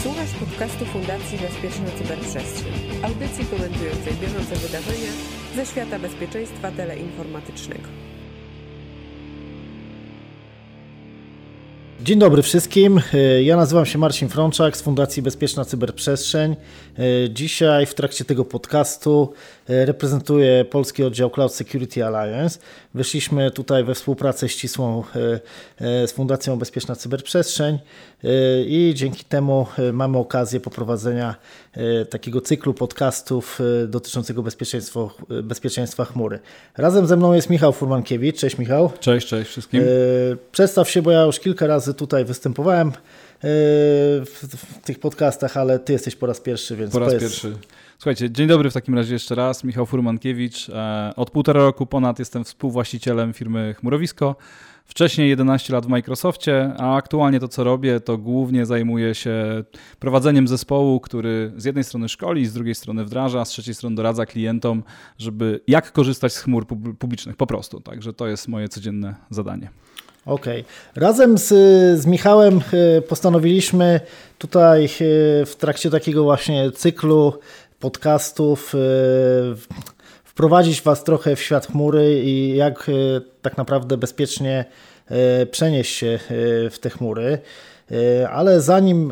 Słuchasz podcastu Fundacji Bezpieczna Cyberprzestrzeń, audycji komentującej bieżące wydarzenia ze świata bezpieczeństwa teleinformatycznego. Dzień dobry wszystkim, ja nazywam się Marcin Frączak z Fundacji Bezpieczna Cyberprzestrzeń. Dzisiaj w trakcie tego podcastu reprezentuję polski oddział Cloud Security Alliance. Wyszliśmy tutaj we współpracę ścisłą z Fundacją Bezpieczna Cyberprzestrzeń i dzięki temu mamy okazję poprowadzenia takiego cyklu podcastów dotyczącego bezpieczeństwa chmury. Razem ze mną jest Michał Furmankiewicz. Cześć Michał. Cześć wszystkim. Przedstaw się, bo ja już kilka razy tutaj występowałem w tych podcastach, ale ty jesteś po raz pierwszy, więc pierwszy. Słuchajcie, dzień dobry w takim razie jeszcze raz. Michał Furmankiewicz. Od 1,5 roku ponad jestem współwłaścicielem firmy Chmurowisko. Wcześniej 11 lat w Microsoftie, a aktualnie to, co robię, to głównie zajmuję się prowadzeniem zespołu, który z jednej strony szkoli, z drugiej strony wdraża, a z trzeciej strony doradza klientom, żeby jak korzystać z chmur publicznych po prostu. Także to jest moje codzienne zadanie. Okej. Razem z Michałem postanowiliśmy tutaj w trakcie takiego właśnie cyklu podcastów wprowadzić Was trochę w świat chmury i jak tak naprawdę bezpiecznie przenieść się w te chmury. Ale zanim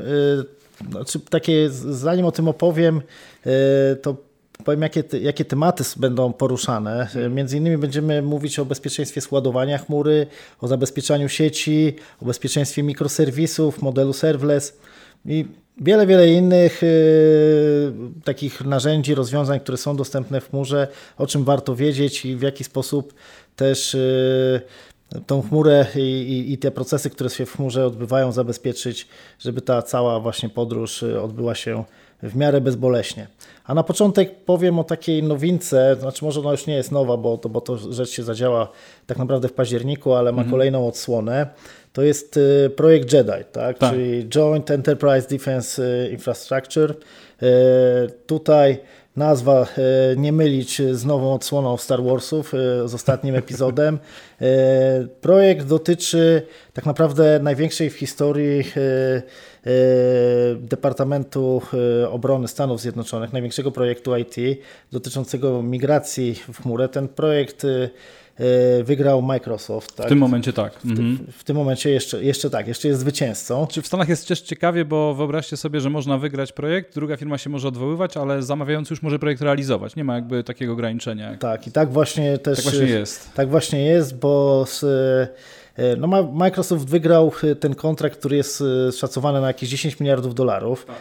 o tym opowiem, to powiem, jakie tematy będą poruszane. Między innymi będziemy mówić o bezpieczeństwie składowania chmury, o zabezpieczaniu sieci, o bezpieczeństwie mikroserwisów, modelu serverless i wiele innych takich narzędzi, rozwiązań, które są dostępne w chmurze, o czym warto wiedzieć i w jaki sposób też tą chmurę i te procesy, które się w chmurze odbywają, zabezpieczyć, żeby ta cała właśnie podróż odbyła się w miarę bezboleśnie. A na początek powiem o takiej nowince, znaczy może ona już nie jest nowa, bo to rzecz się zadziała tak naprawdę w październiku, ale ma kolejną odsłonę. To jest projekt JEDI, tak? Czyli Joint Enterprise Defense Infrastructure. Tutaj nazwa nie mylić z nową odsłoną Star Warsów, z ostatnim epizodem. Projekt dotyczy tak naprawdę największej w historii Departamentu Obrony Stanów Zjednoczonych, największego projektu IT dotyczącego migracji w chmurę. Ten projekt wygrał Microsoft. Tak? W tym momencie tak. W tym momencie jeszcze jest zwycięzcą. Czy w Stanach jest też ciekawie, bo wyobraźcie sobie, że można wygrać projekt, druga firma się może odwoływać, ale zamawiający już może projekt realizować. Nie ma jakby takiego ograniczenia. Tak, i tak właśnie też jest. Tak właśnie jest, bo Microsoft wygrał ten kontrakt, który jest szacowany na jakieś $10 miliardów. Tak.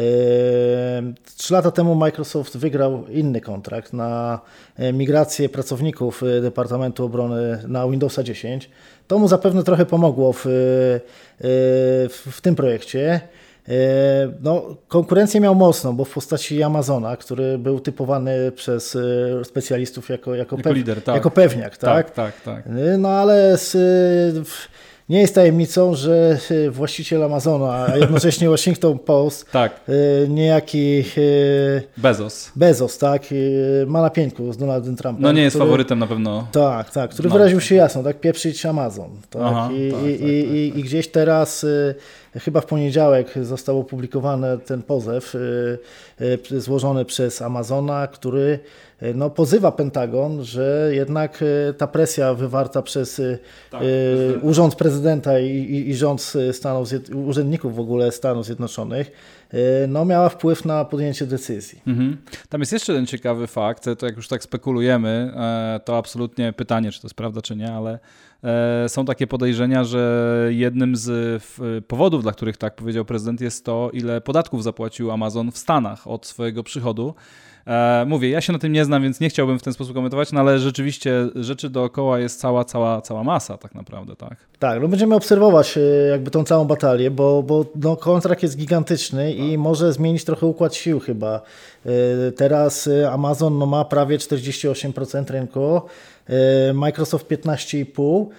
3 lata temu Microsoft wygrał inny kontrakt na migrację pracowników Departamentu Obrony na Windowsa 10. To mu zapewne trochę pomogło w tym projekcie. Konkurencję miał mocną, bo w postaci Amazona, który był typowany przez specjalistów jako lider, tak. jako pewniak. Tak. No ale nie jest tajemnicą, że właściciel Amazona, a jednocześnie Washington Post, niejaki Bezos, tak, ma na pieńku z Donaldem Trumpem. No nie jest faworytem na pewno. Tak, który wyraził się jasno, tak, pieprzyć Amazon. Tak, i gdzieś teraz chyba w poniedziałek został opublikowany ten pozew złożony przez Amazona, który pozywa Pentagon, że jednak ta presja wywarta przez Urząd Prezydenta i rząd urzędników w ogóle Stanów Zjednoczonych miała wpływ na podjęcie decyzji. Tam jest jeszcze jeden ciekawy fakt, to jak już tak spekulujemy, to absolutnie pytanie, czy to jest prawda, czy nie, ale są takie podejrzenia, że jednym z powodów, dla których tak powiedział prezydent, jest to, ile podatków zapłacił Amazon w Stanach od swojego przychodu. Mówię, ja się na tym nie znam, więc nie chciałbym w ten sposób komentować, no ale rzeczywiście rzeczy dookoła jest cała masa tak naprawdę, tak? Tak, będziemy obserwować jakby tą całą batalię, bo kontrakt jest gigantyczny i może zmienić trochę układ sił chyba. Teraz Amazon ma prawie 48% rynku, Microsoft 15,5%.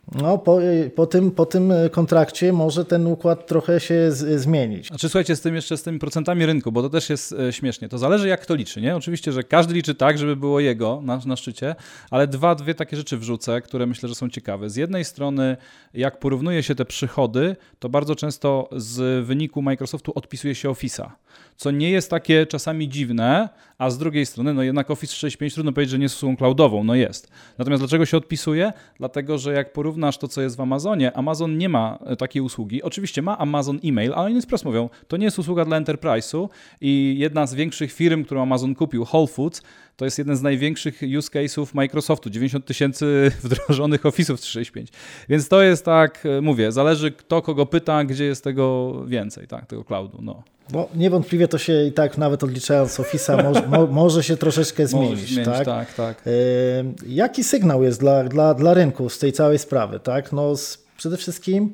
No, po tym kontrakcie może ten układ trochę się zmienić. Znaczy słuchajcie, z tymi procentami rynku, bo to też jest śmiesznie. To zależy jak kto liczy, nie? Oczywiście, że każdy liczy tak, żeby było jego na szczycie, ale dwie takie rzeczy wrzucę, które myślę, że są ciekawe. Z jednej strony, jak porównuje się te przychody, to bardzo często z wyniku Microsoftu odpisuje się Office'a, co nie jest takie czasami dziwne, a z drugiej strony, no jednak Office 365 trudno powiedzieć, że nie jest usługą cloudową, no jest. Natomiast dlaczego się odpisuje? Dlatego, że jak porównasz to, co jest w Amazonie, Amazon nie ma takiej usługi. Oczywiście ma Amazon e-mail, ale oni wprost mówią, to nie jest usługa dla enterprise'u i jedna z większych firm, którą Amazon kupił, Whole Foods, to jest jeden z największych use case'ów Microsoftu, 90 000 wdrożonych Office'ów 365. Więc to jest tak, mówię, zależy kto kogo pyta, gdzie jest tego więcej, tak, tego cloudu, no. Bo niewątpliwie to się i tak nawet odliczając Office'a może się troszeczkę zmienić. Tak. Jaki sygnał jest dla rynku z tej całej sprawy? Tak? No, przede wszystkim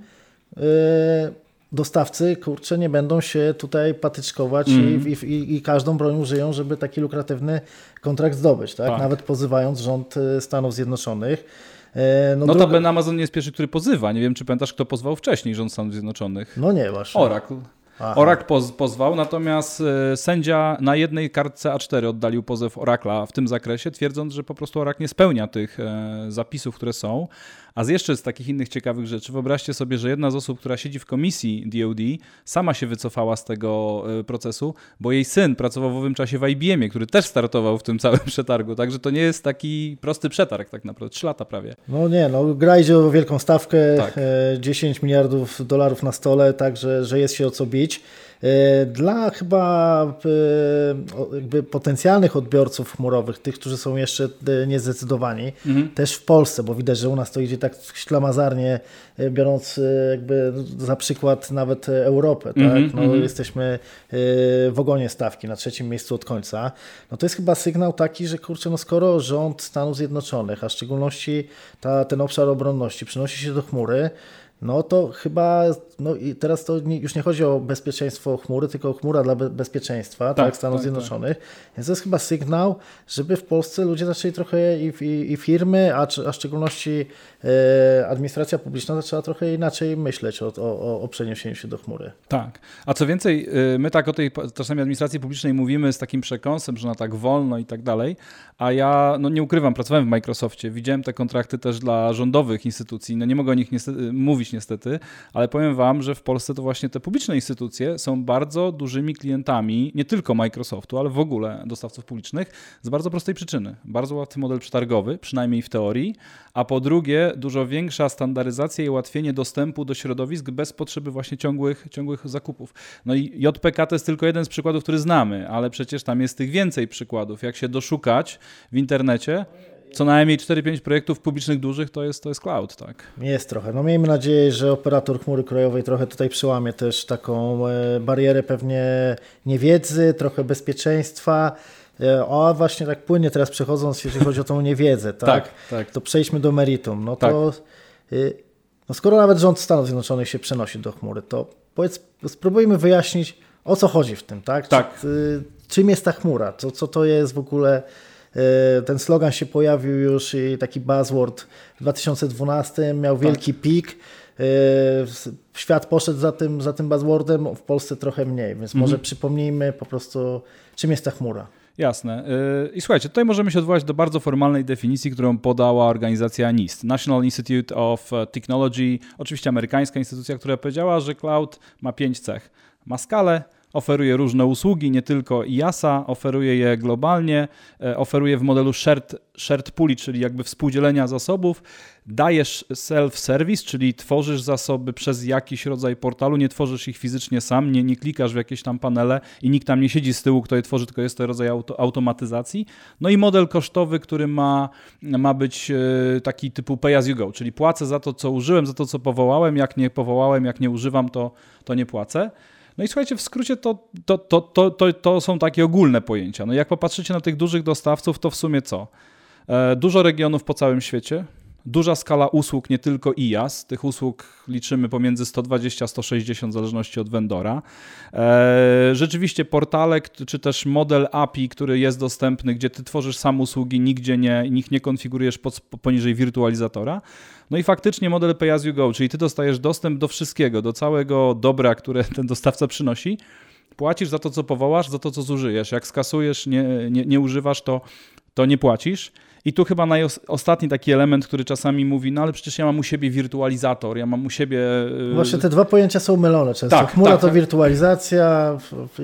dostawcy nie będą się tutaj patyczkować i każdą broń użyją, żeby taki lukratywny kontrakt zdobyć. Tak? Nawet pozywając rząd Stanów Zjednoczonych. Notabene Amazon nie jest pierwszy, który pozywa. Nie wiem, czy pamiętasz, kto pozwał wcześniej rząd Stanów Zjednoczonych. No nie, właśnie. Oracle. Aha. Oracle pozwał, natomiast sędzia na jednej kartce A4 oddalił pozew Oracle'a w tym zakresie, twierdząc, że po prostu Oracle nie spełnia tych zapisów, które są. A jeszcze z takich innych ciekawych rzeczy, wyobraźcie sobie, że jedna z osób, która siedzi w komisji DoD, sama się wycofała z tego procesu, bo jej syn pracował w owym czasie w IBM-ie, który też startował w tym całym przetargu, także to nie jest taki prosty przetarg tak naprawdę, 3 lata prawie. No nie, gra idzie o wielką stawkę, tak. 10 miliardów dolarów na stole, także że jest się o co bić. Dla chyba jakby potencjalnych odbiorców chmurowych, tych, którzy są jeszcze niezdecydowani, też w Polsce, bo widać, że u nas to idzie tak ślamazarnie, biorąc jakby za przykład nawet Europę. Tak? Jesteśmy w ogonie stawki, na 3. miejscu od końca. No to jest chyba sygnał taki, że skoro rząd Stanów Zjednoczonych, a w szczególności ten obszar obronności przenosi się do chmury, no to chyba, i teraz to już nie chodzi o bezpieczeństwo chmury, tylko chmura dla bezpieczeństwa Stanów Zjednoczonych. Więc to jest chyba sygnał, żeby w Polsce ludzie zaczęli trochę i firmy, a w szczególności administracja publiczna zaczęła trochę inaczej myśleć o przeniesieniu się do chmury. Tak. A co więcej, my tak o tej czasami administracji publicznej mówimy z takim przekąsem, że ona tak wolno i tak dalej, a ja nie ukrywam, pracowałem w Microsoftie, widziałem te kontrakty też dla rządowych instytucji, nie mogę o nich mówić niestety, ale powiem wam, że w Polsce to właśnie te publiczne instytucje są bardzo dużymi klientami, nie tylko Microsoftu, ale w ogóle dostawców publicznych, z bardzo prostej przyczyny. Bardzo łatwy model przetargowy, przynajmniej w teorii, a po drugie dużo większa standaryzacja i ułatwienie dostępu do środowisk bez potrzeby właśnie ciągłych zakupów. No i JPK to jest tylko jeden z przykładów, który znamy, ale przecież tam jest tych więcej przykładów. Jak się doszukać w internecie, co najmniej 4-5 projektów publicznych dużych to jest cloud, tak? Jest trochę. No miejmy nadzieję, że operator chmury krajowej trochę tutaj przełamie też taką barierę pewnie niewiedzy, trochę bezpieczeństwa. A właśnie tak płynnie teraz przechodząc, jeżeli chodzi o tą niewiedzę, tak? To przejdźmy do meritum. No to skoro nawet rząd Stanów Zjednoczonych się przenosi do chmury, to spróbujmy wyjaśnić, o co chodzi w tym, tak? Czym jest ta chmura? Co to jest w ogóle? Ten slogan się pojawił już i taki buzzword w 2012, miał wielki pik. Świat poszedł za tym buzzwordem, w Polsce trochę mniej, więc może przypomnijmy po prostu, czym jest ta chmura. Jasne. I słuchajcie, tutaj możemy się odwołać do bardzo formalnej definicji, którą podała organizacja NIST, National Institute of Technology, oczywiście amerykańska instytucja, która powiedziała, że cloud ma 5 cech. Ma skalę, oferuje różne usługi, nie tylko IaaS-a, oferuje je globalnie, oferuje w modelu shared pool, czyli jakby współdzielenia zasobów, dajesz self-service, czyli tworzysz zasoby przez jakiś rodzaj portalu, nie tworzysz ich fizycznie sam, nie klikasz w jakieś tam panele i nikt tam nie siedzi z tyłu, kto je tworzy, tylko jest to rodzaj automatyzacji. No i model kosztowy, który ma być taki typu pay as you go, czyli płacę za to, co użyłem, za to, co powołałem, jak nie powołałem, jak nie używam, to nie płacę. No i słuchajcie, w skrócie to są takie ogólne pojęcia. No jak popatrzycie na tych dużych dostawców, to w sumie co? Dużo regionów po całym świecie, duża skala usług, nie tylko IaaS. Tych usług liczymy pomiędzy 120 a 160 w zależności od vendora. Rzeczywiście portale, czy też model API, który jest dostępny, gdzie ty tworzysz sam usługi, nikt nie konfigurujesz poniżej wirtualizatora. No i faktycznie model pay as you go, czyli ty dostajesz dostęp do wszystkiego, do całego dobra, które ten dostawca przynosi. Płacisz za to, co powołasz, za to, co zużyjesz. Jak skasujesz, nie używasz, to nie płacisz. I tu chyba ostatni taki element, który czasami mówi, no ale przecież ja mam u siebie wirtualizator, ja mam u siebie... Właśnie te dwa pojęcia są mylone często. Tak, Chmura tak, to tak. wirtualizacja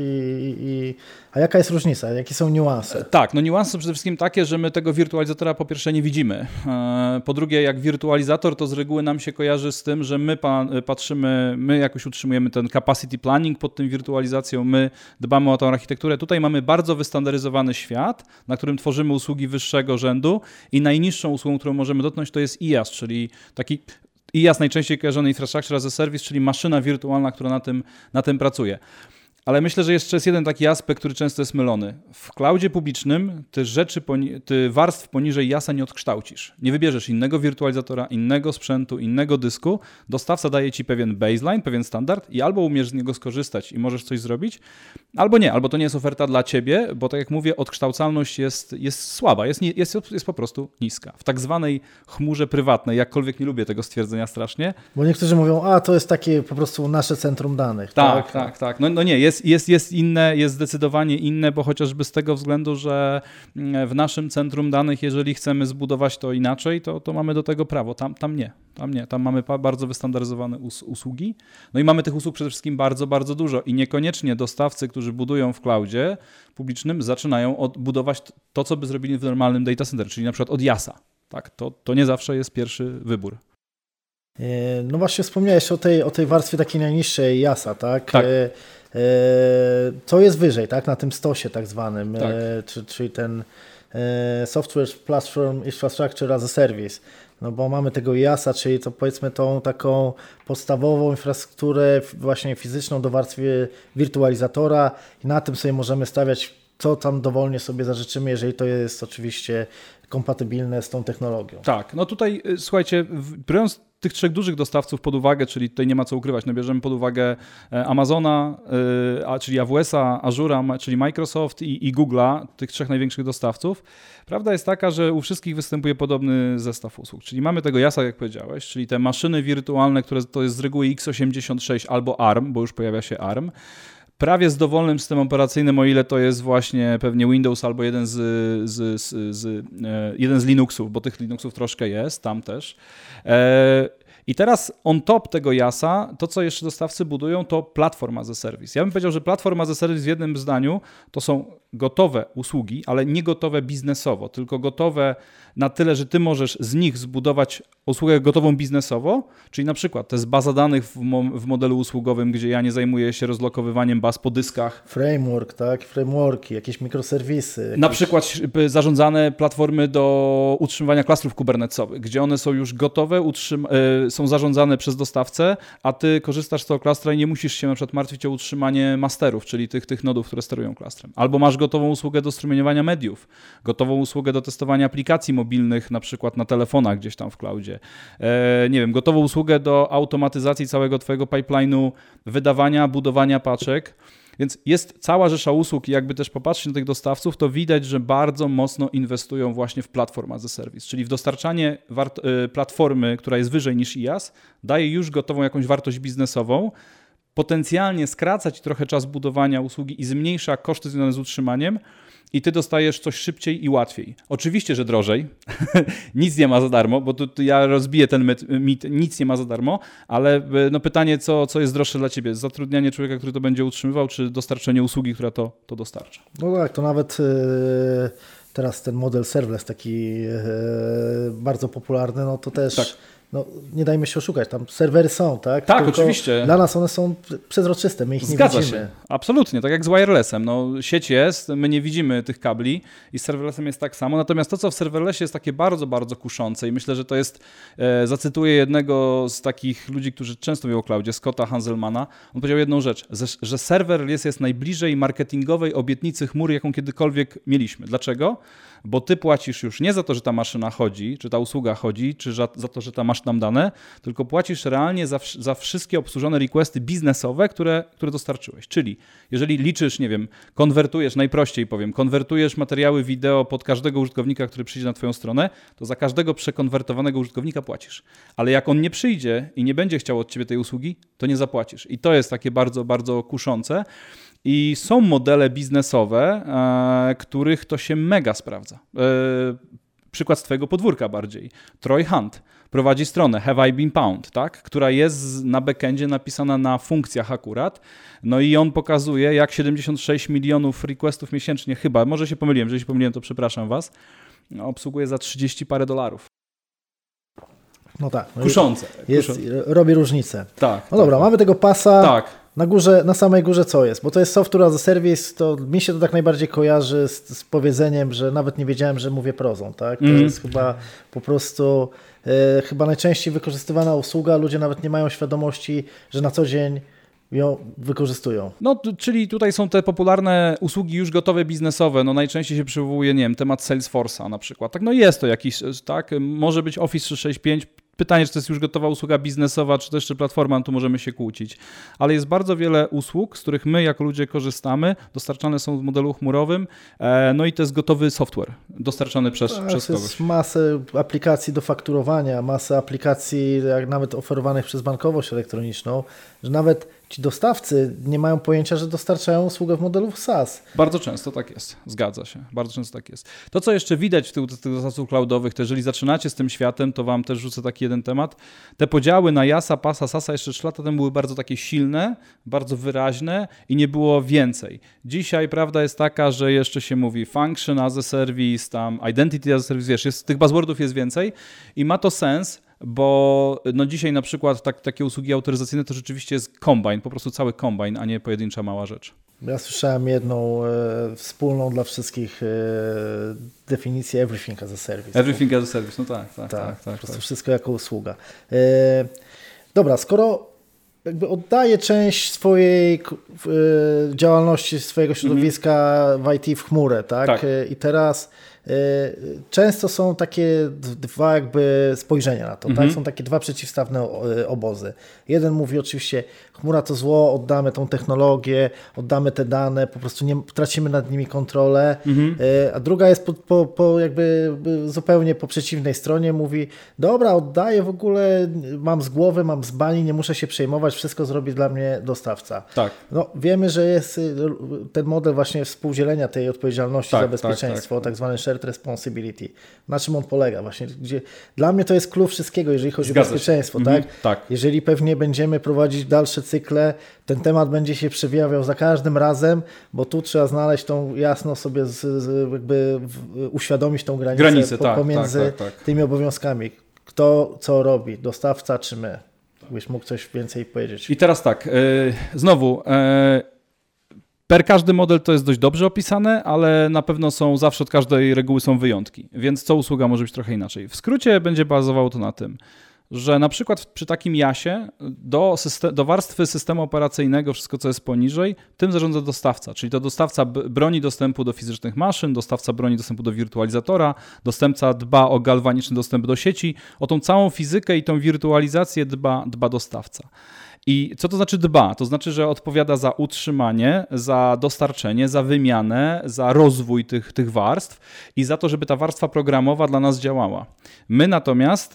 a jaka jest różnica? Jakie są niuanse? Tak, no niuanse przede wszystkim takie, że my tego wirtualizatora po pierwsze nie widzimy. Po drugie, jak wirtualizator, to z reguły nam się kojarzy z tym, że my patrzymy, my jakoś utrzymujemy ten capacity planning pod tym wirtualizacją, my dbamy o tą architekturę. Tutaj mamy bardzo wystandaryzowany świat, na którym tworzymy usługi wyższego rzędu i najniższą usługą, którą możemy dotknąć, to jest IaaS, czyli taki IaaS najczęściej kojarzony Infrastructure as a Service, czyli maszyna wirtualna, która na tym pracuje. Ale myślę, że jeszcze jest jeden taki aspekt, który często jest mylony. W cloudzie publicznym ty warstw poniżej IaaSa nie odkształcisz. Nie wybierzesz innego wirtualizatora, innego sprzętu, innego dysku. Dostawca daje ci pewien baseline, pewien standard i albo umiesz z niego skorzystać i możesz coś zrobić, albo nie, albo to nie jest oferta dla ciebie, bo tak jak mówię, odkształcalność jest słaba, jest po prostu niska. W tak zwanej chmurze prywatnej, jakkolwiek nie lubię tego stwierdzenia strasznie. Bo niektórzy mówią, to jest takie po prostu nasze centrum danych. Tak. No nie, jest inne, jest zdecydowanie inne, bo chociażby z tego względu, że w naszym centrum danych, jeżeli chcemy zbudować to inaczej, to mamy do tego prawo. Tam nie. Tam mamy bardzo wystandaryzowane usługi. No i mamy tych usług przede wszystkim bardzo, bardzo dużo i niekoniecznie dostawcy, którzy budują w cloudzie publicznym, zaczynają budować to, co by zrobili w normalnym data center, czyli na przykład od IaaSa. Tak, to nie zawsze jest pierwszy wybór. No właśnie wspomniałeś o tej warstwie takiej najniższej IaaSa, tak? Tak. To jest wyżej, tak? Na tym stosie tak zwanym, Tak. Czyli ten Software Platform Infrastructure as a Service. No bo mamy tego IaaSa, czyli to powiedzmy tą taką podstawową infrastrukturę właśnie fizyczną do warstwy wirtualizatora i na tym sobie możemy stawiać, co tam dowolnie sobie zażyczymy, jeżeli to jest oczywiście kompatybilne z tą technologią. Tak, no tutaj słuchajcie, biorąc tych trzech dużych dostawców pod uwagę, czyli tutaj nie ma co ukrywać, no bierzemy pod uwagę Amazona, czyli AWS-a, Azure'a, czyli Microsoft i Google'a, tych trzech największych dostawców. Prawda jest taka, że u wszystkich występuje podobny zestaw usług, czyli mamy tego IaaSa, jak powiedziałeś, czyli te maszyny wirtualne, które to jest z reguły x86 albo ARM, bo już pojawia się ARM, prawie z dowolnym systemem operacyjnym, o ile to jest właśnie pewnie Windows albo jeden z Linuxów, bo tych Linuxów troszkę jest, tam też. I teraz on top tego IaaSa, to co jeszcze dostawcy budują, to Platform as a Service. Ja bym powiedział, że Platform as a Service w jednym zdaniu to są gotowe usługi, ale nie gotowe biznesowo, tylko gotowe na tyle, że ty możesz z nich zbudować usługę gotową biznesowo, czyli na przykład to jest baza danych w modelu usługowym, gdzie ja nie zajmuję się rozlokowywaniem baz po dyskach. Framework, tak? Frameworki, jakieś mikroserwisy. Na przykład zarządzane platformy do utrzymywania klastrów kubernetowych, gdzie one są już gotowe, są zarządzane przez dostawcę, a ty korzystasz z tego klastra i nie musisz się na przykład martwić o utrzymanie masterów, czyli tych nodów, które sterują klastrem. Albo masz gotową usługę do strumieniowania mediów, gotową usługę do testowania aplikacji mobilnych, na przykład na telefonach gdzieś tam w cloudzie. Nie wiem, gotową usługę do automatyzacji całego twojego pipeline'u wydawania, budowania paczek. Więc jest cała rzesza usług i jakby też popatrzeć na tych dostawców, to widać, że bardzo mocno inwestują właśnie w Platform as a Service, czyli w dostarczanie platformy, która jest wyżej niż IaaS, daje już gotową jakąś wartość biznesową, potencjalnie skraca ci trochę czas budowania usługi i zmniejsza koszty związane z utrzymaniem i ty dostajesz coś szybciej i łatwiej. Oczywiście, że drożej, nic nie ma za darmo, bo tu ja rozbiję ten mit, nic nie ma za darmo, ale no pytanie, co jest droższe dla ciebie? Zatrudnianie człowieka, który to będzie utrzymywał, czy dostarczenie usługi, która to dostarcza? No tak, to nawet teraz ten model serverless taki bardzo popularny, no to też no nie dajmy się oszukać, tam serwery są, tak? Tak, Tylko oczywiście. Dla nas one są przezroczyste, my ich Zgadza nie widzimy. się, absolutnie, tak jak z wirelessem. No, sieć jest, my nie widzimy tych kabli i z serverlessem jest tak samo, natomiast to, co w serverlessie jest takie bardzo, bardzo kuszące i myślę, że to jest, zacytuję jednego z takich ludzi, którzy często mówią o cloudzie, Scotta Hanselmana, on powiedział jedną rzecz, że serverless jest najbliżej marketingowej obietnicy chmury, jaką kiedykolwiek mieliśmy. Dlaczego? Bo ty płacisz już nie za to, że ta maszyna chodzi, czy ta usługa chodzi, czy za to, że ta masz tam dane, tylko płacisz realnie za wszystkie obsłużone requesty biznesowe, które dostarczyłeś. Czyli jeżeli liczysz, nie wiem, konwertujesz, najprościej powiem, konwertujesz materiały wideo pod każdego użytkownika, który przyjdzie na twoją stronę, to za każdego przekonwertowanego użytkownika płacisz. Ale jak on nie przyjdzie i nie będzie chciał od ciebie tej usługi, to nie zapłacisz. I to jest takie bardzo, bardzo kuszące. I są modele biznesowe, których to się mega sprawdza. Przykład z twojego podwórka bardziej. Troy Hunt prowadzi stronę Have I Been Pwned, tak? Która jest na backendzie napisana na funkcjach akurat. No i on pokazuje, jak 76 milionów requestów miesięcznie chyba, może się pomyliłem, jeżeli się pomyliłem, to przepraszam was, obsługuje za 30 parę dolarów. No tak. No kuszące. Robi różnicę. Tak. No dobra, mamy tego pasa. Tak. Na samej górze co jest? Bo to jest software as a service, to mi się to tak najbardziej kojarzy z powiedzeniem, że nawet nie wiedziałem, że mówię prozą, tak? To jest chyba po prostu chyba najczęściej wykorzystywana usługa, ludzie nawet nie mają świadomości, że na co dzień ją wykorzystują. No, czyli tutaj są te popularne usługi już gotowe biznesowe, no najczęściej się przywołuje, nie wiem, temat Salesforce'a na przykład, tak, no jest to jakiś, tak, może być Office 365, pytanie, czy to jest już gotowa usługa biznesowa, czy to jeszcze platforma, no tu możemy się kłócić. Ale jest bardzo wiele usług, z których my jako ludzie korzystamy, dostarczane są w modelu chmurowym, no i to jest gotowy software dostarczany przez kogoś. Jest masę aplikacji do fakturowania, masę aplikacji jak nawet oferowanych przez bankowość elektroniczną, że nawet ci dostawcy nie mają pojęcia, że dostarczają usługę w modelu SaaS. Bardzo często tak jest, zgadza się, bardzo często tak jest. To, co jeszcze widać w tych dostawców cloudowych, to jeżeli zaczynacie z tym światem, to wam też rzucę taki jeden temat. Te podziały na IaaSa, PaaSa, SaaSa jeszcze 3 lata temu były bardzo takie silne, bardzo wyraźne i nie było więcej. Dzisiaj prawda jest taka, że jeszcze się mówi function as a service, tam identity as a service, wiesz, tych buzzwordów jest więcej i ma to sens, bo no dzisiaj na przykład takie usługi autoryzacyjne to rzeczywiście jest combine, po prostu cały combine, a nie pojedyncza mała rzecz. Ja słyszałem jedną wspólną dla wszystkich definicję everything as a service. Everything as a service, no tak. Po prostu wszystko jako usługa. Dobra, skoro jakby oddaję część swojej działalności, swojego środowiska w IT w chmurę, tak? I teraz często są takie dwa jakby spojrzenia na to, tak? Są takie dwa przeciwstawne obozy. Jeden mówi oczywiście, chmura to zło, oddamy tą technologię, oddamy te dane, po prostu nie tracimy nad nimi kontrolę, a druga jest jakby zupełnie po przeciwnej stronie, mówi, dobra, oddaję w ogóle, mam z głowy, mam z bani, nie muszę się przejmować, wszystko zrobi dla mnie dostawca. Tak. No, wiemy, że jest ten model właśnie współdzielenia tej odpowiedzialności za bezpieczeństwo, tak zwany shared responsibility. Na czym on polega? Właśnie, gdzie dla mnie to jest klucz wszystkiego, jeżeli chodzi o bezpieczeństwo. Tak? Jeżeli pewnie będziemy prowadzić dalsze cykle, ten temat będzie się przewijał za każdym razem, bo tu trzeba znaleźć tą jasno sobie uświadomić tą granicę pomiędzy tymi obowiązkami. Kto co robi? Dostawca czy my? Byś mógł coś więcej powiedzieć. I teraz tak, znowu per każdy model to jest dość dobrze opisane, ale na pewno zawsze od każdej reguły są wyjątki, więc co usługa może być trochę inaczej. W skrócie będzie bazowało to na tym, że na przykład przy takim IaaSie do warstwy systemu operacyjnego, wszystko co jest poniżej, tym zarządza dostawca, czyli to dostawca broni dostępu do fizycznych maszyn, dostawca broni dostępu do wirtualizatora, dostępca dba o galwaniczny dostęp do sieci, o tą całą fizykę i tą wirtualizację dba dostawca. I co to znaczy dba? To znaczy, że odpowiada za utrzymanie, za dostarczenie, za wymianę, za rozwój tych warstw i za to, żeby ta warstwa programowa dla nas działała. My natomiast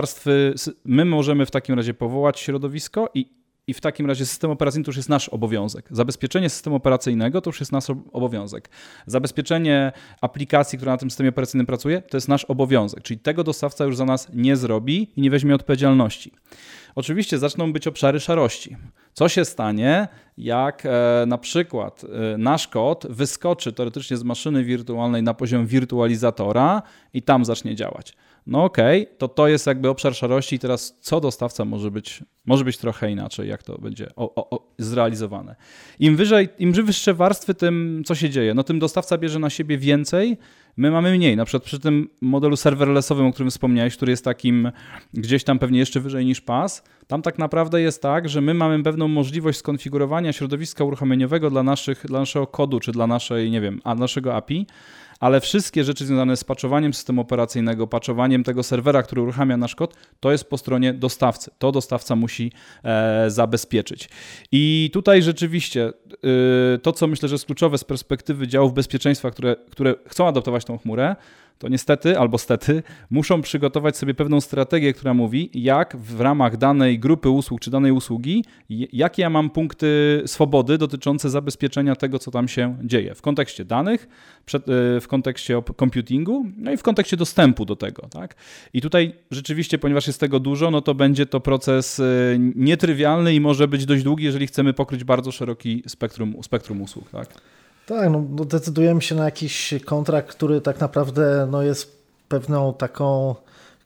my możemy w takim razie powołać środowisko i w takim razie system operacyjny to już jest nasz obowiązek. Zabezpieczenie systemu operacyjnego to już jest nasz obowiązek. Zabezpieczenie aplikacji, która na tym systemie operacyjnym pracuje, to jest nasz obowiązek. Czyli tego dostawca już za nas nie zrobi i nie weźmie odpowiedzialności. oczywiście zaczną być obszary szarości. Co się stanie, jak na przykład nasz kod wyskoczy teoretycznie z maszyny wirtualnej na poziom wirtualizatora i tam zacznie działać. No okej, to jest jakby obszar szarości i teraz co dostawca może być trochę inaczej, jak to będzie zrealizowane. Im wyższe warstwy, tym co się dzieje? No tym dostawca bierze na siebie więcej, my mamy mniej. Na przykład przy tym modelu serverlessowym, o którym wspomniałeś, który jest takim gdzieś tam pewnie jeszcze wyżej niż PaaS, tam tak naprawdę jest tak, że my mamy pewną możliwość skonfigurowania środowiska uruchomieniowego dla naszego kodu, czy dla naszego API, ale wszystkie rzeczy związane z patchowaniem systemu operacyjnego, patchowaniem tego serwera, który uruchamia nasz kod, to jest po stronie dostawcy. To dostawca musi zabezpieczyć. I tutaj rzeczywiście to, co myślę, że jest kluczowe z perspektywy działów bezpieczeństwa, które chcą adoptować tą chmurę, to niestety albo stety muszą przygotować sobie pewną strategię, która mówi, jak w ramach danej grupy usług czy danej usługi, jakie ja mam punkty swobody dotyczące zabezpieczenia tego, co tam się dzieje w kontekście danych, w kontekście computingu, no i w kontekście dostępu do tego. Tak? I tutaj rzeczywiście, ponieważ jest tego dużo, no to będzie to proces nietrywialny i może być dość długi, jeżeli chcemy pokryć bardzo szeroki spektrum usług. Tak? Tak, no decydujemy się na jakiś kontrakt, który tak naprawdę jest pewną taką,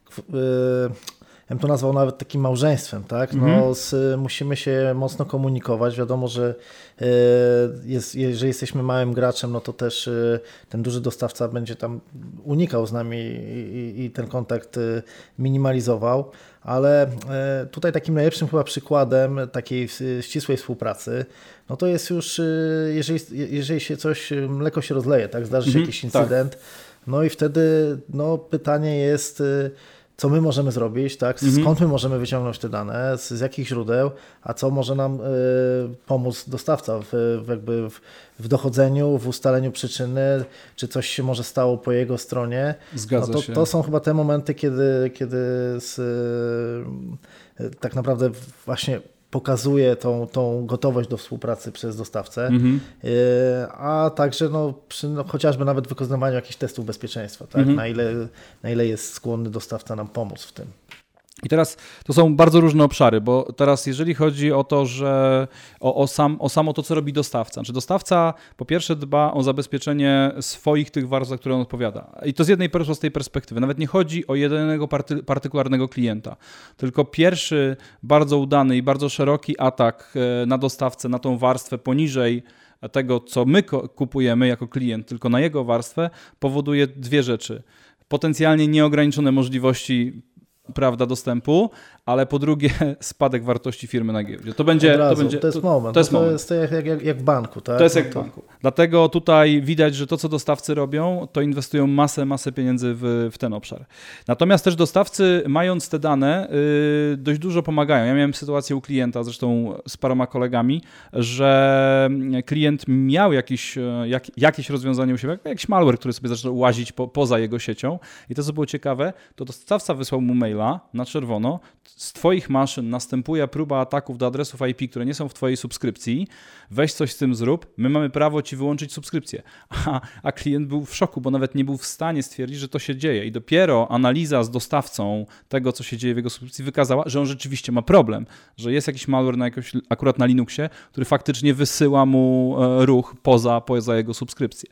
ja bym to nazwał nawet takim małżeństwem, tak? Musimy się mocno komunikować. Wiadomo, że jeżeli jesteśmy małym graczem, no to też ten duży dostawca będzie tam unikał z nami i ten kontakt minimalizował, ale tutaj takim najlepszym chyba przykładem takiej ścisłej współpracy, no to jest już, jeżeli się mleko się rozleje, tak? Zdarzy się jakiś incydent, no i wtedy pytanie jest, co my możemy zrobić, tak? Skąd my możemy wyciągnąć te dane, z jakich źródeł, a co może nam pomóc dostawca w dochodzeniu, w ustaleniu przyczyny, czy coś się może stało po jego stronie. Zgadza się. To są chyba te momenty, kiedy tak naprawdę właśnie pokazuje tą gotowość do współpracy przez dostawcę, a także chociażby nawet wykonywaniu jakichś testów bezpieczeństwa, tak? Na ile jest skłonny dostawca nam pomóc w tym. I teraz to są bardzo różne obszary, bo teraz jeżeli chodzi o to, że o samo to, co robi dostawca. Czy dostawca po pierwsze dba o zabezpieczenie swoich tych warstw, za które on odpowiada. I to z jednej prostej perspektywy. Nawet nie chodzi o jedynego partykularnego klienta, tylko pierwszy bardzo udany i bardzo szeroki atak na dostawcę, na tą warstwę poniżej tego, co my kupujemy jako klient, tylko na jego warstwę, powoduje dwie rzeczy. Potencjalnie nieograniczone możliwości dostępu, ale po drugie spadek wartości firmy na giełdzie. To jest moment. To jest jak w banku. Tak? To jest jak w banku. Dlatego tutaj widać, że to, co dostawcy robią, to inwestują masę pieniędzy w ten obszar. Natomiast też dostawcy, mając te dane, dość dużo pomagają. Ja miałem sytuację u klienta, zresztą z paroma kolegami, że klient miał jakieś rozwiązanie u siebie, jakiś malware, który sobie zaczął łazić poza jego siecią i to, co było ciekawe, to dostawca wysłał mu maila na czerwono, z Twoich maszyn następuje próba ataków do adresów IP, które nie są w Twojej subskrypcji, weź coś z tym zrób, my mamy prawo Ci wyłączyć subskrypcję. A klient był w szoku, bo nawet nie był w stanie stwierdzić, że to się dzieje i dopiero analiza z dostawcą tego, co się dzieje w jego subskrypcji wykazała, że on rzeczywiście ma problem, że jest jakiś malware akurat na Linuxie, który faktycznie wysyła mu ruch poza jego subskrypcję.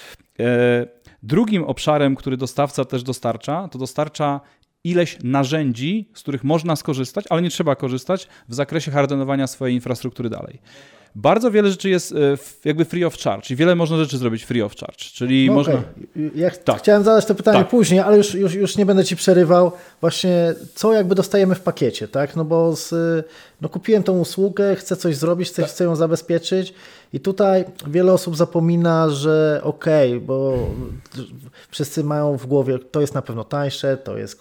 Drugim obszarem, który dostawca też dostarcza ileś narzędzi, z których można skorzystać, ale nie trzeba korzystać w zakresie hardonowania swojej infrastruktury dalej. Bardzo wiele rzeczy jest jakby free of charge i wiele można rzeczy zrobić free of charge, czyli można... Okay. Chciałem zadać to pytanie później, ale już nie będę Ci przerywał. Właśnie co jakby dostajemy w pakiecie, tak? No bo kupiłem tą usługę, chcę coś zrobić, chcę ją zabezpieczyć i tutaj wiele osób zapomina, że bo wszyscy mają w głowie, to jest na pewno tańsze, to jest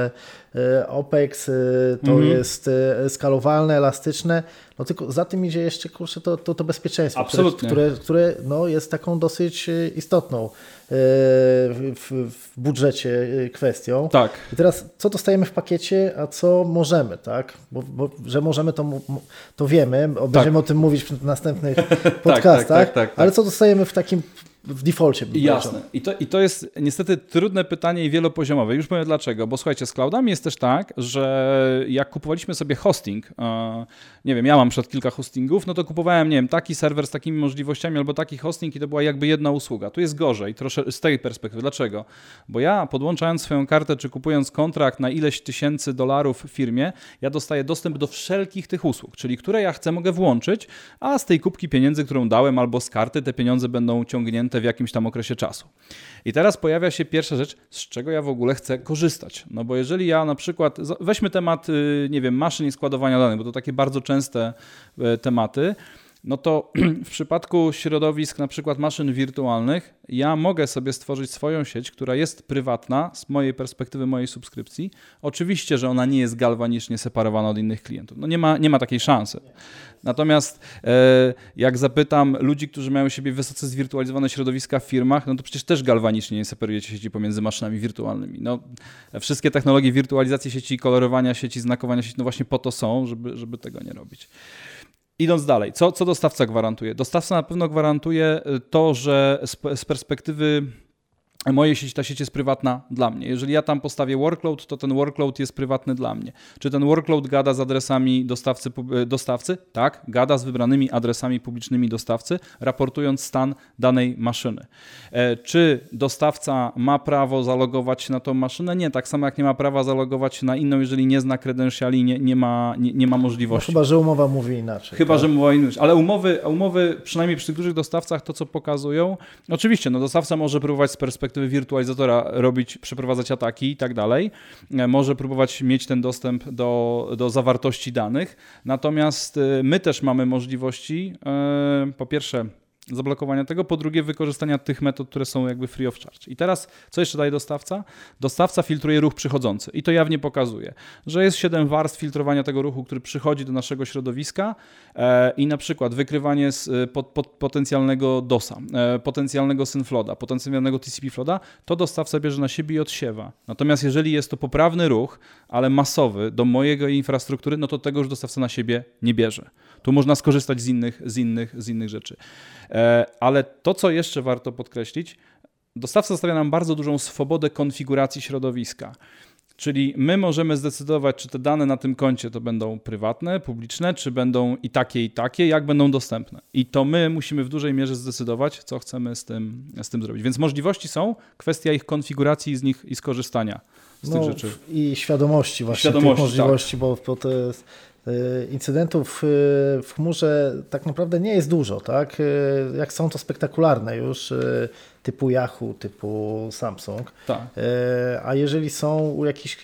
OPEX, to jest skalowalne, elastyczne, no tylko za tym idzie jeszcze to bezpieczeństwo, które jest taką dosyć istotną w budżecie kwestią. Tak. I teraz co dostajemy w pakiecie, a co możemy, tak? Bo że możemy, to wiemy, będziemy o tym mówić w następnych podcastach, ale co dostajemy w takim w defaulcie. Jasne. I to jest niestety trudne pytanie i wielopoziomowe. Już powiem dlaczego. Bo słuchajcie, z cloudami jest też tak, że jak kupowaliśmy sobie hosting, nie wiem, ja mam przed kilka hostingów, no to kupowałem, nie wiem, taki serwer z takimi możliwościami albo taki hosting i to była jakby jedna usługa. Tu jest gorzej, troszkę z tej perspektywy. Dlaczego? Bo ja podłączając swoją kartę czy kupując kontrakt na ileś tysięcy dolarów w firmie, ja dostaję dostęp do wszelkich tych usług, czyli które ja chcę, mogę włączyć, a z tej kupki pieniędzy, którą dałem albo z karty, te pieniądze będą ciągnięte w jakimś tam okresie czasu. I teraz pojawia się pierwsza rzecz, z czego ja w ogóle chcę korzystać. No bo jeżeli ja na przykład, weźmy temat, nie wiem, maszyn i składowania danych, bo to takie bardzo częste tematy, no to w przypadku środowisk na przykład maszyn wirtualnych ja mogę sobie stworzyć swoją sieć, która jest prywatna z mojej perspektywy, mojej subskrypcji. Oczywiście, że ona nie jest galwanicznie separowana od innych klientów. No nie ma takiej szansy. Natomiast jak zapytam ludzi, którzy mają u siebie wysoce zwirtualizowane środowiska w firmach, no to przecież też galwanicznie nie separujecie sieci pomiędzy maszynami wirtualnymi. No, wszystkie technologie wirtualizacji sieci, kolorowania sieci, znakowania sieci, no właśnie po to są, żeby tego nie robić. Idąc dalej, co dostawca gwarantuje? Dostawca na pewno gwarantuje to, że z perspektywy mojej sieci, ta sieć jest prywatna dla mnie. Jeżeli ja tam postawię workload, to ten workload jest prywatny dla mnie. Czy ten workload gada z adresami dostawcy? Tak, gada z wybranymi adresami publicznymi dostawcy, raportując stan danej maszyny. Czy dostawca ma prawo zalogować się na tą maszynę? Nie, tak samo jak nie ma prawa zalogować się na inną, jeżeli nie zna credentiali, nie ma możliwości. No, chyba, że umowa mówi inaczej. Że umowa inaczej. Ale umowy, przynajmniej przy tych dużych dostawcach, to co pokazują, oczywiście, no dostawca może próbować z perspektywy wirtualizatora przeprowadzać ataki i tak dalej. Może próbować mieć ten dostęp do zawartości danych. Natomiast my też mamy możliwości, po pierwsze, zablokowania tego, po drugie wykorzystania tych metod, które są jakby free of charge. I teraz, co jeszcze daje dostawca? Dostawca filtruje ruch przychodzący i to jawnie pokazuje, że jest 7 warstw filtrowania tego ruchu, który przychodzi do naszego środowiska i na przykład wykrywanie potencjalnego DOS-a, potencjalnego synfloda, potencjalnego TCP floda, to dostawca bierze na siebie i odsiewa. Natomiast jeżeli jest to poprawny ruch, ale masowy do mojego infrastruktury, no to tego już dostawca na siebie nie bierze. Tu można skorzystać z innych rzeczy. Ale to, co jeszcze warto podkreślić, dostawca zostawia nam bardzo dużą swobodę konfiguracji środowiska. Czyli my możemy zdecydować, czy te dane na tym koncie to będą prywatne, publiczne, czy będą i takie, jak będą dostępne. I to my musimy w dużej mierze zdecydować, co chcemy z tym zrobić. Więc możliwości są, kwestia ich konfiguracji i skorzystania z tych rzeczy. I świadomości właśnie tych możliwości, tak. bo to jest... Incydentów w chmurze tak naprawdę nie jest dużo, tak? Jak są to spektakularne już, typu Yahoo, typu Samsung. Tak. A jeżeli są u jakichś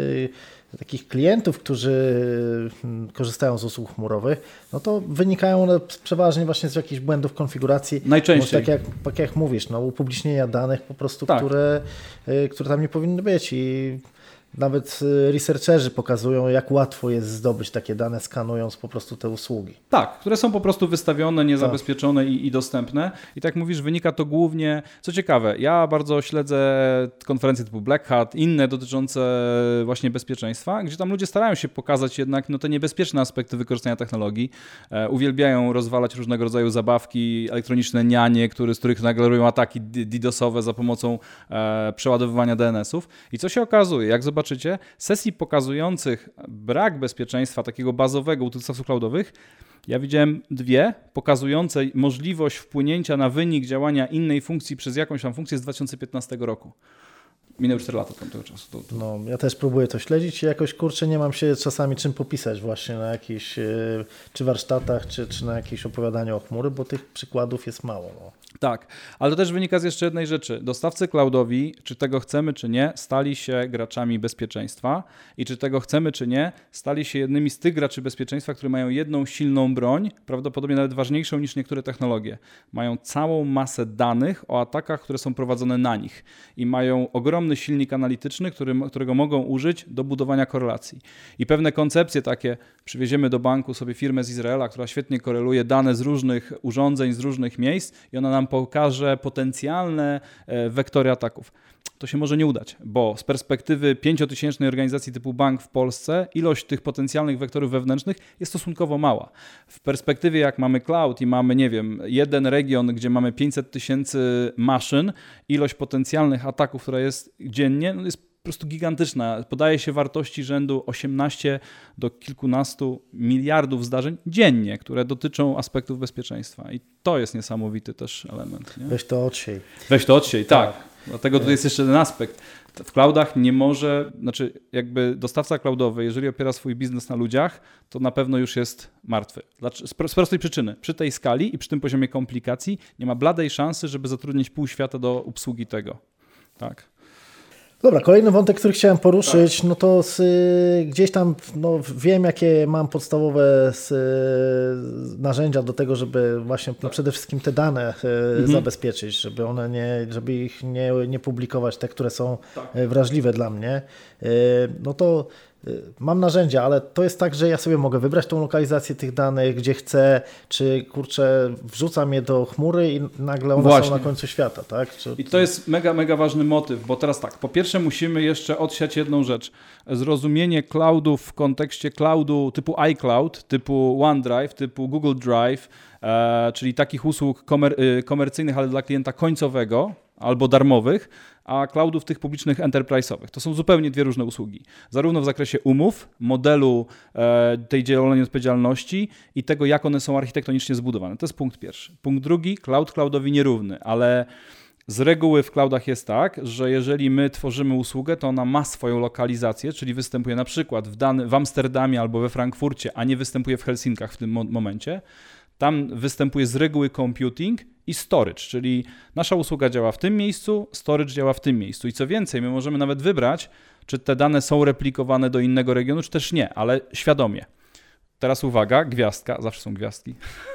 takich klientów, którzy korzystają z usług chmurowych, no to wynikają one przeważnie właśnie z jakichś błędów konfiguracji. Najczęściej. Tak jak mówisz, no, upublicznienia danych po prostu, tak. które tam nie powinny być i nawet researcherzy pokazują, jak łatwo jest zdobyć takie dane, skanując po prostu te usługi. Tak, które są po prostu wystawione, niezabezpieczone i dostępne. I tak mówisz, wynika to głównie, co ciekawe, ja bardzo śledzę konferencje typu Black Hat, inne dotyczące właśnie bezpieczeństwa, gdzie tam ludzie starają się pokazać jednak te niebezpieczne aspekty wykorzystania technologii. Uwielbiają rozwalać różnego rodzaju zabawki, elektroniczne nianie, z których nagenerują ataki DDoS-owe za pomocą przeładowywania DNS-ów. I co się okazuje, jak zobaczycie, sesji pokazujących brak bezpieczeństwa takiego bazowego u tych dostawców cloudowych, ja widziałem 2 pokazujące możliwość wpłynięcia na wynik działania innej funkcji przez jakąś tam funkcję z 2015 roku. Minęły 4 lata od tego czasu. No, ja też próbuję to śledzić i jakoś nie mam się czasami czym popisać właśnie na jakichś czy warsztatach, czy na jakieś opowiadaniu o chmury, bo tych przykładów jest mało. No. Tak, ale to też wynika z jeszcze jednej rzeczy. Dostawcy cloudowi, czy tego chcemy, czy nie, stali się graczami bezpieczeństwa i czy tego chcemy, czy nie, stali się jednymi z tych graczy bezpieczeństwa, które mają jedną silną broń, prawdopodobnie nawet ważniejszą niż niektóre technologie. Mają całą masę danych o atakach, które są prowadzone na nich i mają ogromny ogromny silnik analityczny, którego mogą użyć do budowania korelacji. I pewne koncepcje takie, przywieziemy do banku sobie firmę z Izraela, która świetnie koreluje dane z różnych urządzeń, z różnych miejsc i ona nam pokaże potencjalne wektory ataków. To się może nie udać, bo z perspektywy 5-tysięcznej organizacji typu bank w Polsce ilość tych potencjalnych wektorów wewnętrznych jest stosunkowo mała. W perspektywie jak mamy cloud i mamy, nie wiem, jeden region, gdzie mamy 500 tysięcy maszyn, ilość potencjalnych ataków, która jest dziennie, jest po prostu gigantyczna. Podaje się wartości rzędu 18 do kilkunastu miliardów zdarzeń dziennie, które dotyczą aspektów bezpieczeństwa. I to jest niesamowity też element. Nie? Weź to odsiej. Weź to odsiej, tak. Dlatego tutaj jest jeszcze ten aspekt. W cloudach nie może, znaczy jakby dostawca cloudowy, jeżeli opiera swój biznes na ludziach, to na pewno już jest martwy. Z prostej przyczyny. Przy tej skali i przy tym poziomie komplikacji nie ma bladej szansy, żeby zatrudnić pół świata do obsługi tego. Tak. Dobra, kolejny wątek, który chciałem poruszyć, no to gdzieś tam wiem, jakie mam podstawowe narzędzia do tego, żeby właśnie przede wszystkim te dane zabezpieczyć, żeby ich nie publikować, te, które są wrażliwe dla mnie. No to mam narzędzia, ale to jest tak, że ja sobie mogę wybrać tą lokalizację tych danych, gdzie chcę, czy wrzucam je do chmury i nagle one są na końcu świata, tak? I to jest mega, mega ważny motyw, bo teraz tak, po pierwsze musimy jeszcze odsiać jedną rzecz. Zrozumienie cloudów w kontekście cloudu typu iCloud, typu OneDrive, typu Google Drive, czyli takich usług komercyjnych, ale dla klienta końcowego albo darmowych, a cloudów tych publicznych enterprise'owych. To są zupełnie dwie różne usługi. Zarówno w zakresie umów, modelu tej dzielonej odpowiedzialności i tego, jak one są architektonicznie zbudowane. To jest punkt pierwszy. Punkt drugi, cloudowi nierówny, ale z reguły w cloudach jest tak, że jeżeli my tworzymy usługę, to ona ma swoją lokalizację, czyli występuje na przykład w Amsterdamie albo we Frankfurcie, a nie występuje w Helsinkach w tym momencie. Tam występuje z reguły computing i storage, czyli nasza usługa działa w tym miejscu, storage działa w tym miejscu. I co więcej, my możemy nawet wybrać, czy te dane są replikowane do innego regionu, czy też nie, ale świadomie. Teraz uwaga, gwiazdka, zawsze są gwiazdki.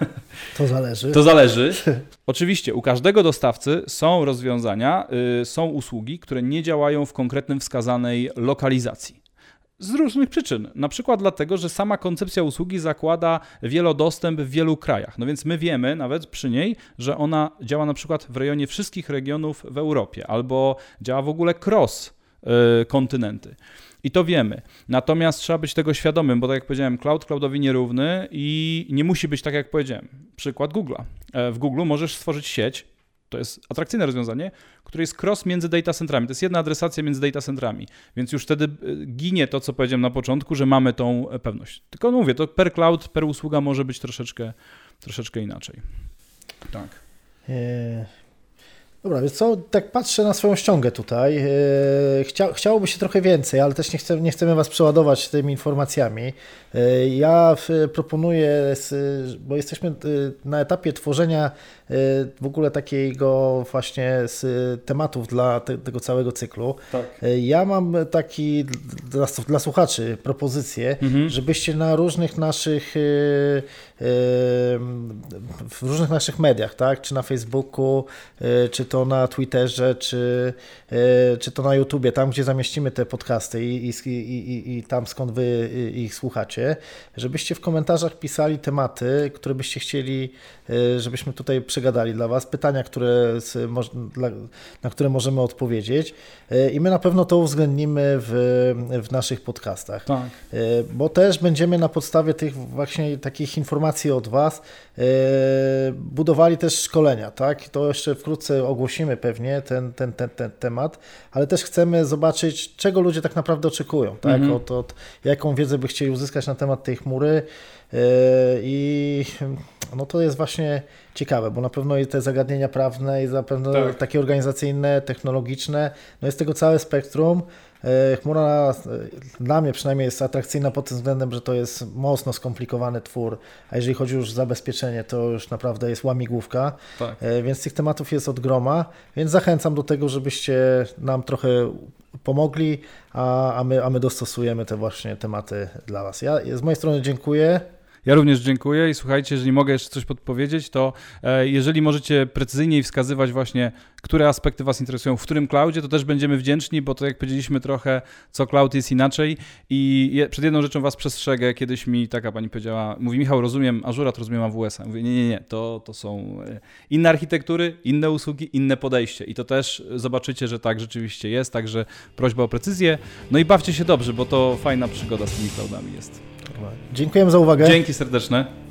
To zależy. Oczywiście u każdego dostawcy są rozwiązania, są usługi, które nie działają w konkretnym wskazanej lokalizacji. Z różnych przyczyn. Na przykład dlatego, że sama koncepcja usługi zakłada wielodostęp w wielu krajach. No więc my wiemy nawet przy niej, że ona działa na przykład w rejonie wszystkich regionów w Europie albo działa w ogóle cross kontynenty. I to wiemy. Natomiast trzeba być tego świadomym, bo tak jak powiedziałem, cloudowi nierówny i nie musi być tak jak powiedziałem. Przykład Google'a. W Google możesz stworzyć sieć, to jest atrakcyjne rozwiązanie, które jest cross między data centrami. To jest jedna adresacja między data centrami, więc już wtedy ginie to, co powiedziałem na początku, że mamy tą pewność. Tylko mówię, to per cloud, per usługa może być troszeczkę inaczej. Tak. Dobra, więc co, tak patrzę na swoją ściągę tutaj. Chciałoby się trochę więcej, ale też nie chcemy Was przeładować tymi informacjami. Ja proponuję, bo jesteśmy na etapie tworzenia w ogóle takiego właśnie tematów dla tego całego cyklu. Tak. Ja mam taki dla słuchaczy propozycję, żebyście na różnych naszych w różnych naszych mediach, tak? Czy na Facebooku, czy to na Twitterze, czy to na YouTubie, tam gdzie zamieścimy te podcasty i tam skąd Wy ich słuchacie, żebyście w komentarzach pisali tematy, które byście chcieli, żebyśmy tutaj przegadali dla Was, pytania, na które możemy odpowiedzieć i my na pewno to uwzględnimy w naszych podcastach. Tak. Bo też będziemy na podstawie tych właśnie takich informacji od Was budowali też szkolenia, tak? To jeszcze wkrótce ogłosimy pewnie ten temat, ale też chcemy zobaczyć, czego ludzie tak naprawdę oczekują, tak? Jaką wiedzę by chcieli uzyskać na temat tej chmury i no to jest właśnie ciekawe, bo na pewno i te zagadnienia prawne i na pewno takie organizacyjne, technologiczne, no jest tego całe spektrum. Chmura dla mnie przynajmniej jest atrakcyjna pod tym względem, że to jest mocno skomplikowany twór, a jeżeli chodzi już o zabezpieczenie, to już naprawdę jest łamigłówka, więc tych tematów jest od groma, więc zachęcam do tego, żebyście nam trochę pomogli, a my dostosujemy te właśnie tematy dla Was. Ja z mojej strony dziękuję. Ja również dziękuję i słuchajcie, jeżeli mogę jeszcze coś podpowiedzieć, to jeżeli możecie precyzyjniej wskazywać właśnie które aspekty Was interesują, w którym cloudzie, to też będziemy wdzięczni, bo to jak powiedzieliśmy trochę, co cloud jest inaczej i przed jedną rzeczą Was przestrzegę, kiedyś mi taka pani powiedziała, mówi Michał, rozumiem Azure'a, to rozumiem AWS-a. Mówię, nie, to są inne architektury, inne usługi, inne podejście i to też zobaczycie, że tak rzeczywiście jest, także prośba o precyzję, no i bawcie się dobrze, bo to fajna przygoda z tymi cloudami jest. Dziękujemy za uwagę. Dzięki serdeczne.